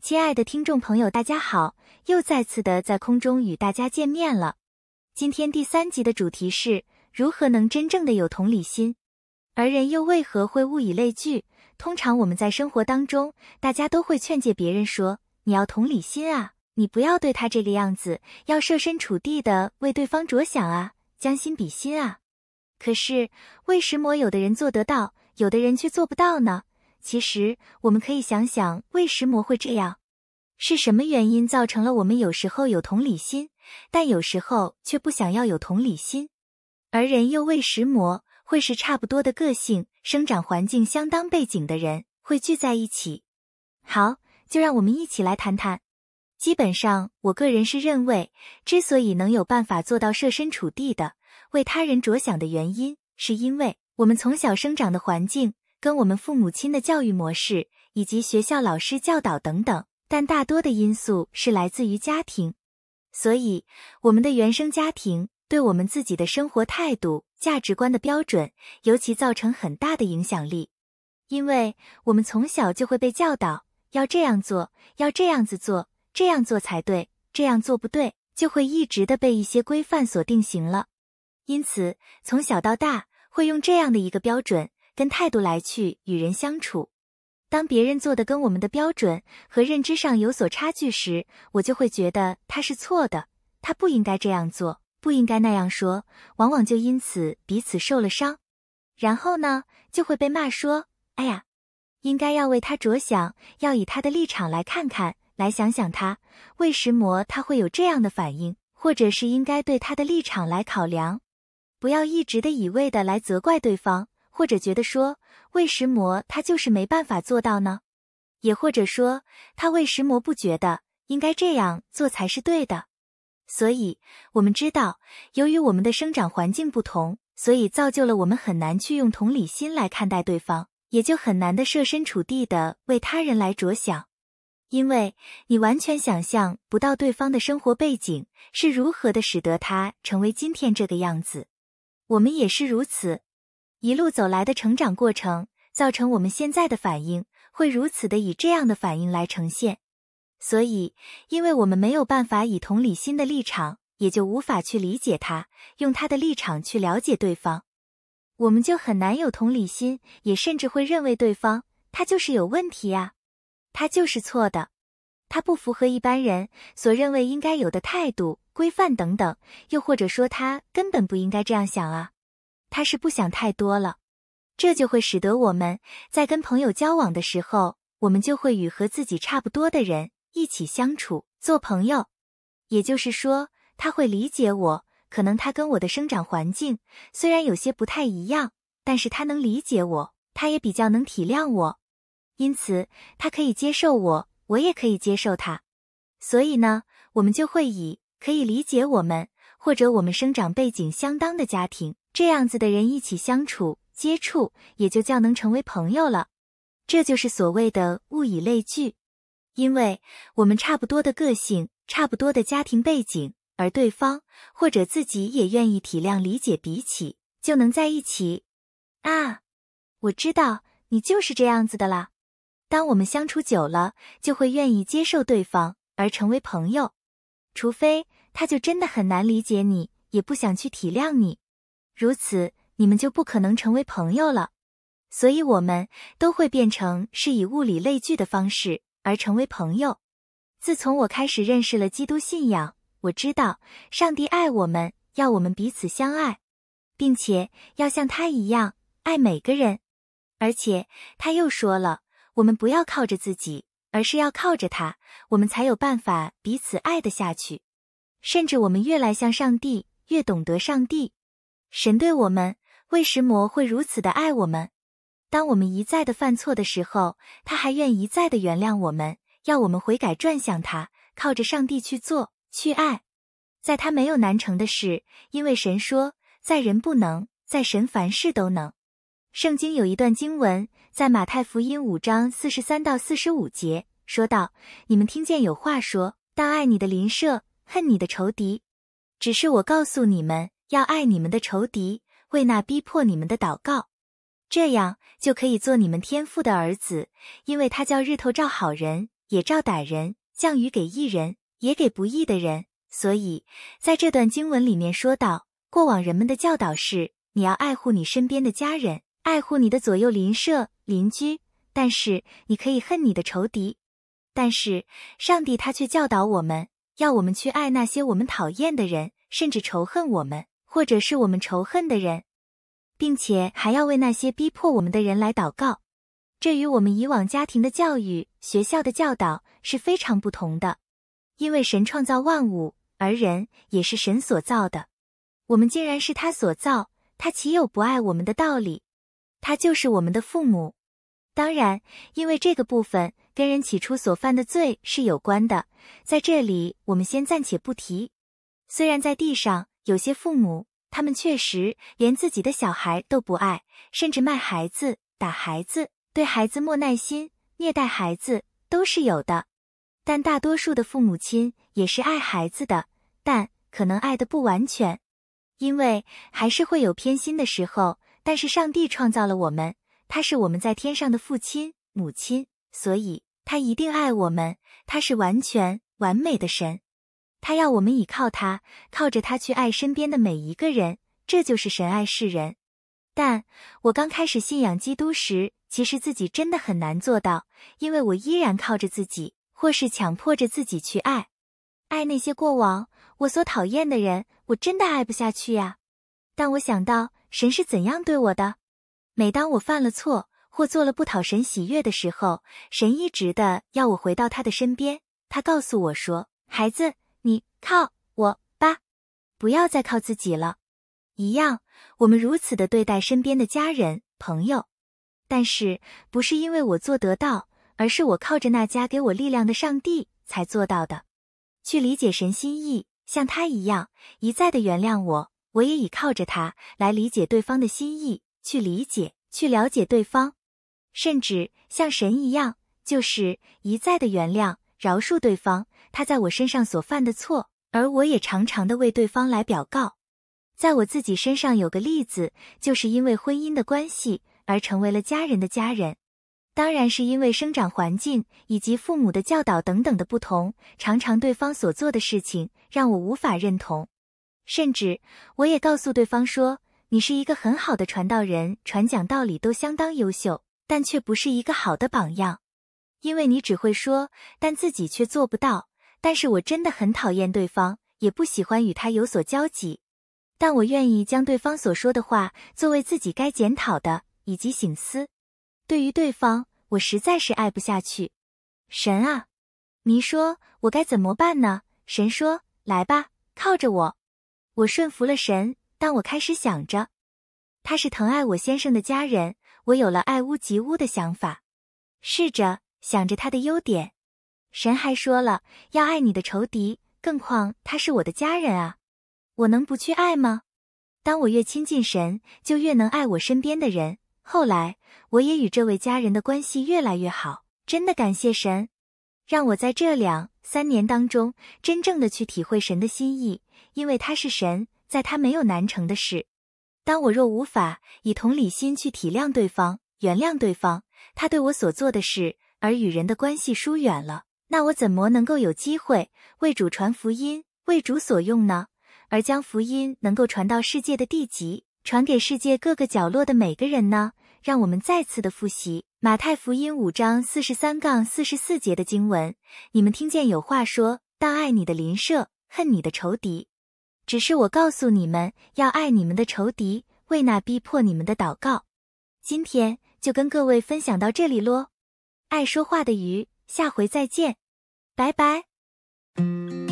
亲爱的听众朋友，大家好，又再次的在空中与大家见面了。今天第3集的主题是如何能真正的有同理心，而人又为何会物以类聚？通常我们在生活当中，大家都会劝诫别人说，你要同理心啊，你不要对他这个样子，要设身处地的为对方着想啊，将心比心啊。可是为什么有的人做得到，有的人却做不到呢？其实我们可以想想，为什么会这样？是什么原因造成了我们有时候有同理心，但有时候却不想要有同理心？而人又为什么会是差不多的个性、生长环境相当背景的人会聚在一起？好，就让我们一起来谈谈。基本上，我个人是认为，之所以能有办法做到设身处地的为他人着想的原因，是因为我们从小生长的环境，跟我们父母亲的教育模式，以及学校老师教导等等，但大多的因素是来自于家庭。所以，我们的原生家庭对我们自己的生活态度、价值观的标准，尤其造成很大的影响力。因为我们从小就会被教导，要这样做，要这样子做，这样做才对，这样做不对，就会一直的被一些规范所定型了。因此，从小到大，会用这样的一个标准跟态度来去与人相处。当别人做的跟我们的标准和认知上有所差距时，我就会觉得他是错的，他不应该这样做，不应该那样说，往往就因此彼此受了伤。然后呢，就会被骂说，哎呀，应该要为他着想，要以他的立场来看看，来想想他，为什么他会有这样的反应，或者是应该对他的立场来考量。不要一直的一味的来责怪对方，或者觉得说，为什么他就是没办法做到呢？也或者说，他为什么不觉得应该这样做才是对的？所以，我们知道，由于我们的生长环境不同，所以造就了我们很难去用同理心来看待对方，也就很难的设身处地的为他人来着想。因为你完全想象不到对方的生活背景是如何的使得他成为今天这个样子。我们也是如此，一路走来的成长过程，造成我们现在的反应，会如此的以这样的反应来呈现。所以，因为我们没有办法以同理心的立场，也就无法去理解他，用他的立场去了解对方，我们就很难有同理心，也甚至会认为对方，他就是有问题啊，他就是错的，他不符合一般人所认为应该有的态度、规范等等，又或者说他根本不应该这样想啊，他是不想太多了。这就会使得我们在跟朋友交往的时候，我们就会与和自己差不多的人一起相处，做朋友。也就是说，他会理解我，可能他跟我的生长环境虽然有些不太一样，但是他能理解我，他也比较能体谅我，因此他可以接受我，我也可以接受他。所以呢，我们就会以可以理解我们，或者我们生长背景相当的家庭，这样子的人一起相处、接触，也就较能成为朋友了。这就是所谓的物以类聚。因为我们差不多的个性，差不多的家庭背景，而对方或者自己也愿意体谅理解彼此，就能在一起。啊，我知道你就是这样子的啦。当我们相处久了，就会愿意接受对方，而成为朋友。除非他就真的很难理解你，也不想去体谅你，如此你们就不可能成为朋友了。所以我们都会变成是以物以类聚的方式而成为朋友。自从我开始认识了基督信仰，我知道上帝爱我们，要我们彼此相爱，并且要像他一样爱每个人。而且他又说了，我们不要靠着自己，而是要靠着他，我们才有办法彼此爱得下去。甚至我们越来向上帝，越懂得上帝。神对我们为什么会如此的爱我们？当我们一再的犯错的时候，他还愿一再的原谅我们，要我们悔改转向他，靠着上帝去做，去爱。在他没有难成的事，因为神说，在人不能，在神凡事都能。圣经有一段经文，在马太福音5章43到45节，说道，你们听见有话说，当爱你的邻舍，恨你的仇敌。只是我告诉你们，要爱你们的仇敌，为那逼迫你们的祷告。这样就可以做你们天父的儿子，因为他叫日头照好人， 也照歹人，降雨给义人，也给不义的人。所以，在这段经文里面说到，过往人们的教导是，你要爱护你身边的家人，爱护你的左右邻舍、邻居，但是你可以恨你的仇敌。但是，上帝他却教导我们，要我们去爱那些我们讨厌的人，甚至仇恨我们，或者是我们仇恨的人，并且还要为那些逼迫我们的人来祷告。这与我们以往家庭的教育、学校的教导是非常不同的。因为神创造万物，而人也是神所造的。我们竟然是他所造，他岂有不爱我们的道理？他就是我们的父母。当然，因为这个部分跟人起初所犯的罪是有关的，在这里我们先暂且不提。虽然在地上有些父母，他们确实连自己的小孩都不爱，甚至卖孩子、打孩子，对孩子没耐心，虐待孩子，都是有的。但大多数的父母亲也是爱孩子的，但可能爱得不完全，因为还是会有偏心的时候。但是上帝创造了我们，他是我们在天上的父亲、母亲，所以他一定爱我们，他是完全、完美的神。他要我们倚靠他，靠着他去爱身边的每一个人，这就是神爱世人。但我刚开始信仰基督时，其实自己真的很难做到，因为我依然靠着自己，或是强迫着自己去爱那些过往我所讨厌的人，我真的爱不下去呀。但我想到神是怎样对我的，每当我犯了错或做了不讨神喜悦的时候，神一直的要我回到他的身边。他告诉我说，孩子，你靠我吧，不要再靠自己了。一样，我们如此的对待身边的家人、朋友，但是不是因为我做得到，而是我靠着那加给我力量的上帝才做到的。去理解神心意，像他一样一再的原谅我，我也倚靠着他来理解对方的心意，去理解、去了解对方，甚至像神一样，就是一再的原谅、饶恕对方他在我身上所犯的错，而我也常常的为对方来表告。在我自己身上有个例子，就是因为婚姻的关系而成为了家人的家人。当然是因为生长环境以及父母的教导等等的不同，常常对方所做的事情让我无法认同。甚至我也告诉对方说，你是一个很好的传道人，传讲道理都相当优秀，但却不是一个好的榜样。因为你只会说，但自己却做不到。但是我真的很讨厌对方，也不喜欢与他有所交集。但我愿意将对方所说的话作为自己该检讨的，以及省思。对于对方，我实在是爱不下去。神啊，你说我该怎么办呢？神说，来吧，靠着我。我顺服了神，当我开始想着，他是疼爱我先生的家人，我有了爱屋及乌的想法。试着想着他的优点。神还说了，要爱你的仇敌，更况他是我的家人啊。我能不去爱吗？当我越亲近神，就越能爱我身边的人。后来，我也与这位家人的关系越来越好，真的感谢神，让我在这2-3年当中，真正的去体会神的心意，因为他是神，在他没有难成的事。当我若无法以同理心去体谅对方，原谅对方，他对我所做的事，而与人的关系疏远了，那我怎么能够有机会为主传福音，为主所用呢？而将福音能够传到世界的地极，传给世界各个角落的每个人呢？让我们再次的复习马太福音5章43-44节的经文。你们听见有话说，当爱你的邻舍，恨你的仇敌。只是我告诉你们，要爱你们的仇敌，为那逼迫你们的祷告。今天就跟各位分享到这里咯。爱说话的鱼，下回再见，拜拜。